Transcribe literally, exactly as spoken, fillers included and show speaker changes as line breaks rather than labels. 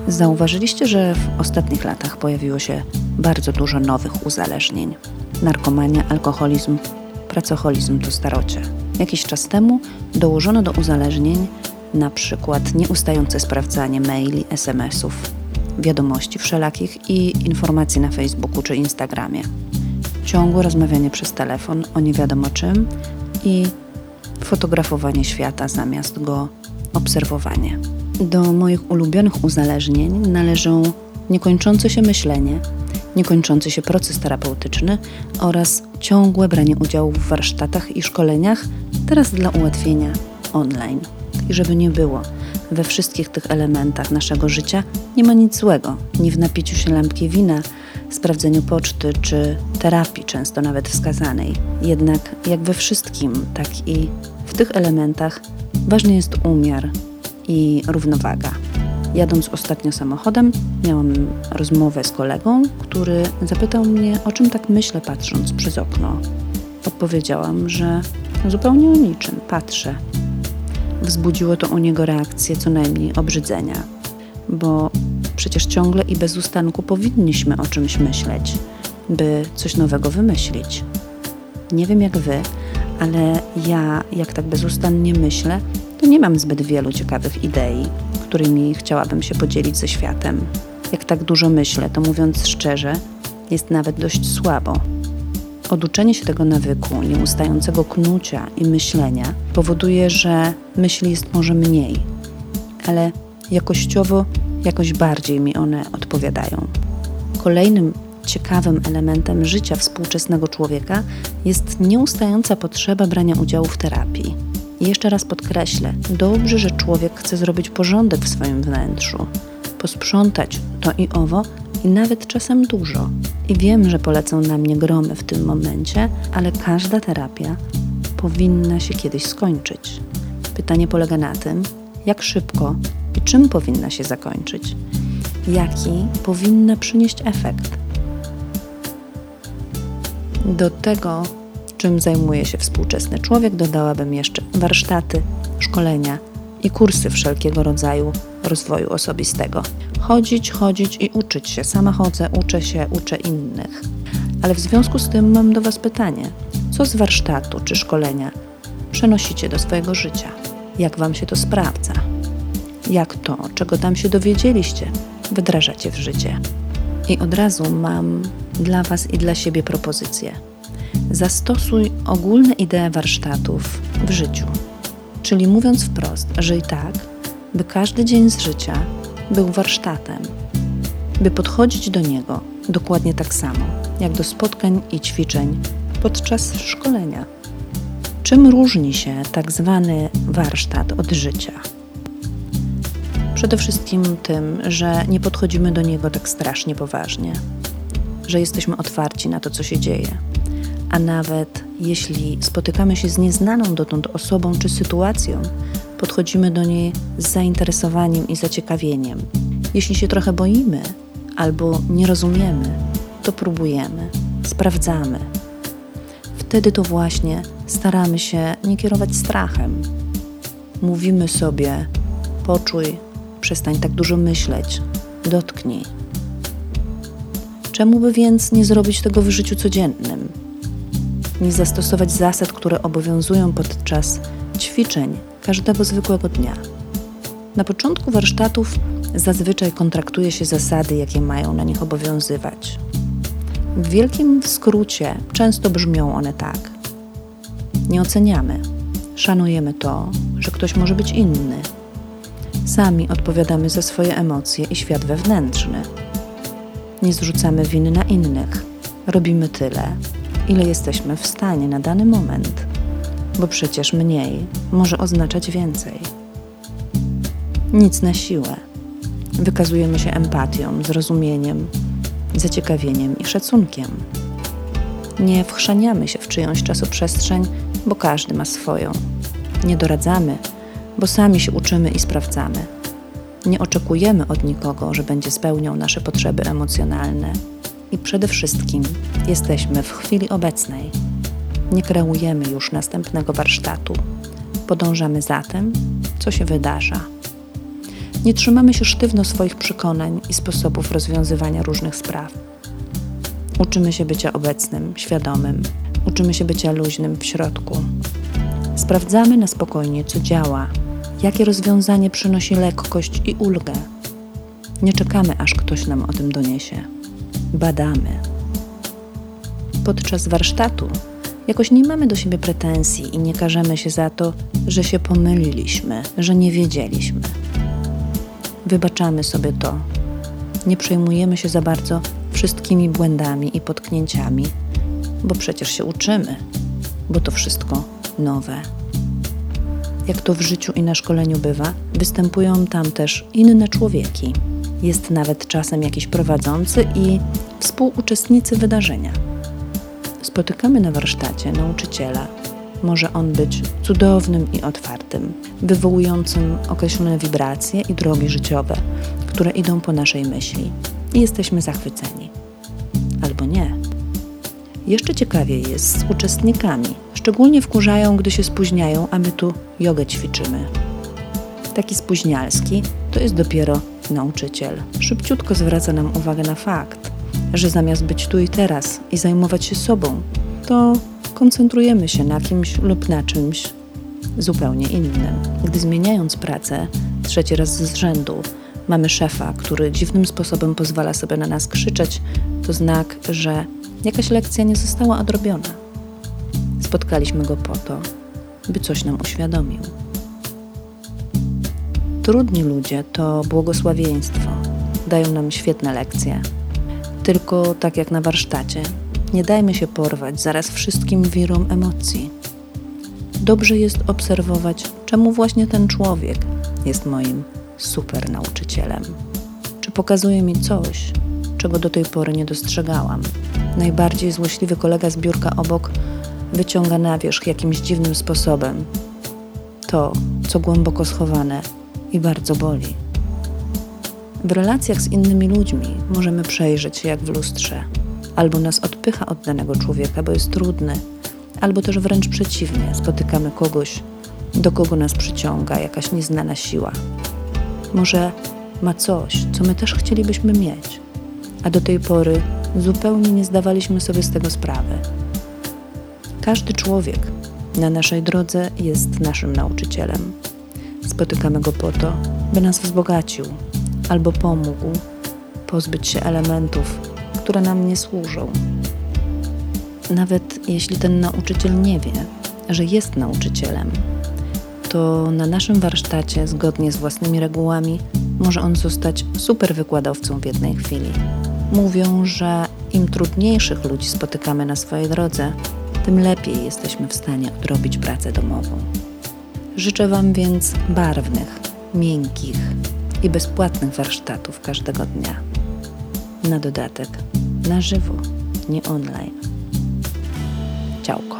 Zauważyliście, że w ostatnich latach pojawiło się bardzo dużo nowych uzależnień. Narkomania, alkoholizm, pracoholizm to starocie. Jakiś czas temu dołożono do uzależnień na przykład nieustające sprawdzanie maili, es em esów, wiadomości wszelakich i informacji na Facebooku czy Instagramie. Ciągłe rozmawianie przez telefon o nie wiadomo czym i fotografowanie świata zamiast go obserwowanie. Do moich ulubionych uzależnień należą niekończące się myślenie, niekończący się proces terapeutyczny oraz ciągłe branie udziału w warsztatach i szkoleniach, teraz dla ułatwienia online. I żeby nie było, we wszystkich tych elementach naszego życia nie ma nic złego, ni w napiciu się lampki wina, sprawdzeniu poczty czy terapii, często nawet wskazanej. Jednak jak we wszystkim, tak i w tych elementach ważny jest umiar i równowaga. Jadąc ostatnio samochodem, miałam rozmowę z kolegą, który zapytał mnie, o czym tak myślę, patrząc przez okno. Odpowiedziałam, że zupełnie o niczym, patrzę. Wzbudziło to u niego reakcję co najmniej obrzydzenia, bo przecież ciągle i bez ustanku powinniśmy o czymś myśleć, by coś nowego wymyślić. Nie wiem jak wy, ale ja, jak tak bezustannie myślę, to nie mam zbyt wielu ciekawych idei, którymi chciałabym się podzielić ze światem. Jak tak dużo myślę, to mówiąc szczerze, jest nawet dość słabo. Oduczenie się tego nawyku, nieustającego knucia i myślenia powoduje, że myśli jest może mniej, ale jakościowo jakoś bardziej mi one odpowiadają. Kolejnym ciekawym elementem życia współczesnego człowieka jest nieustająca potrzeba brania udziału w terapii. I jeszcze raz podkreślę, dobrze, że człowiek chce zrobić porządek w swoim wnętrzu, posprzątać to i owo i nawet czasem dużo. I wiem, że polecą na mnie gromy w tym momencie, ale każda terapia powinna się kiedyś skończyć. Pytanie polega na tym, jak szybko i czym powinna się zakończyć, jaki powinna przynieść efekt. Do tego, czym zajmuje się współczesny człowiek, dodałabym jeszcze warsztaty, szkolenia i kursy wszelkiego rodzaju rozwoju osobistego. Chodzić, chodzić i uczyć się. Sama chodzę, uczę się, uczę innych. Ale w związku z tym mam do was pytanie. Co z warsztatu czy szkolenia przenosicie do swojego życia? Jak wam się to sprawdza? Jak to, czego tam się dowiedzieliście, wdrażacie w życie? I od razu mam dla was i dla siebie propozycję. Zastosuj ogólne idee warsztatów w życiu. Czyli mówiąc wprost, żyj tak, by każdy dzień z życia był warsztatem, by podchodzić do niego dokładnie tak samo, jak do spotkań i ćwiczeń podczas szkolenia. Czym różni się tak zwany warsztat od życia? Przede wszystkim tym, że nie podchodzimy do niego tak strasznie poważnie, że jesteśmy otwarci na to, co się dzieje, a nawet jeśli spotykamy się z nieznaną dotąd osobą czy sytuacją, podchodzimy do niej z zainteresowaniem i zaciekawieniem. Jeśli się trochę boimy albo nie rozumiemy, to próbujemy, sprawdzamy. Wtedy to właśnie staramy się nie kierować strachem. Mówimy sobie, poczuj, przestań tak dużo myśleć, dotknij. Czemu by więc nie zrobić tego w życiu codziennym? Nie zastosować zasad, które obowiązują podczas ćwiczeń każdego zwykłego dnia. Na początku warsztatów zazwyczaj kontraktuje się zasady, jakie mają na nich obowiązywać. W wielkim skrócie często brzmią one tak. Nie oceniamy, szanujemy to, że ktoś może być inny. Sami odpowiadamy za swoje emocje i świat wewnętrzny. Nie zrzucamy winy na innych. Robimy tyle, ile jesteśmy w stanie na dany moment, bo przecież mniej może oznaczać więcej. Nic na siłę. Wykazujemy się empatią, zrozumieniem, zaciekawieniem i szacunkiem. Nie wchrzaniamy się w czyjąś czasoprzestrzeń, bo każdy ma swoją. Nie doradzamy, bo sami się uczymy i sprawdzamy. Nie oczekujemy od nikogo, że będzie spełniał nasze potrzeby emocjonalne. I przede wszystkim jesteśmy w chwili obecnej. Nie kreujemy już następnego warsztatu. Podążamy za tym, co się wydarza. Nie trzymamy się sztywno swoich przekonań i sposobów rozwiązywania różnych spraw. Uczymy się bycia obecnym, świadomym. Uczymy się bycia luźnym w środku. Sprawdzamy na spokojnie, co działa, jakie rozwiązanie przynosi lekkość i ulgę. Nie czekamy, aż ktoś nam o tym doniesie. Badamy. Podczas warsztatu jakoś nie mamy do siebie pretensji i nie karzemy się za to, że się pomyliliśmy, że nie wiedzieliśmy. Wybaczamy sobie to. Nie przejmujemy się za bardzo wszystkimi błędami i potknięciami, bo przecież się uczymy, bo to wszystko nowe. Jak to w życiu i na szkoleniu bywa, występują tam też inne człowieki. Jest nawet czasem jakiś prowadzący i współuczestnicy wydarzenia. Spotykamy na warsztacie nauczyciela. Może on być cudownym i otwartym, wywołującym określone wibracje i drogi życiowe, które idą po naszej myśli i jesteśmy zachwyceni. Albo nie. Jeszcze ciekawiej jest z uczestnikami. Szczególnie wkurzają, gdy się spóźniają, a my tu jogę ćwiczymy. Taki spóźnialski to jest dopiero nauczyciel. Szybciutko zwraca nam uwagę na fakt, że zamiast być tu i teraz i zajmować się sobą, to koncentrujemy się na kimś lub na czymś zupełnie innym. Gdy zmieniając pracę trzeci raz z rzędu mamy szefa, który dziwnym sposobem pozwala sobie na nas krzyczeć, to znak, że jakaś lekcja nie została odrobiona. Spotkaliśmy go po to, by coś nam uświadomił. Trudni ludzie to błogosławieństwo. Dają nam świetne lekcje. Tylko tak jak na warsztacie, nie dajmy się porwać zaraz wszystkim wirom emocji. Dobrze jest obserwować, czemu właśnie ten człowiek jest moim super nauczycielem. Czy pokazuje mi coś, czego do tej pory nie dostrzegałam. Najbardziej złośliwy kolega z biurka obok wyciąga na wierzch jakimś dziwnym sposobem to, co głęboko schowane i bardzo boli. W relacjach z innymi ludźmi możemy przejrzeć się jak w lustrze. Albo nas odpycha od danego człowieka, bo jest trudny, albo też wręcz przeciwnie, spotykamy kogoś, do kogo nas przyciąga jakaś nieznana siła. Może ma coś, co my też chcielibyśmy mieć, a do tej pory zupełnie nie zdawaliśmy sobie z tego sprawy. Każdy człowiek na naszej drodze jest naszym nauczycielem. Spotykamy go po to, by nas wzbogacił albo pomógł pozbyć się elementów, które nam nie służą. Nawet jeśli ten nauczyciel nie wie, że jest nauczycielem, to na naszym warsztacie, zgodnie z własnymi regułami, może on zostać super wykładowcą w jednej chwili. Mówią, że im trudniejszych ludzi spotykamy na swojej drodze, tym lepiej jesteśmy w stanie odrobić pracę domową. Życzę Wam więc barwnych, miękkich i bezpłatnych warsztatów każdego dnia. Na dodatek, na żywo, nie online. Ciałko.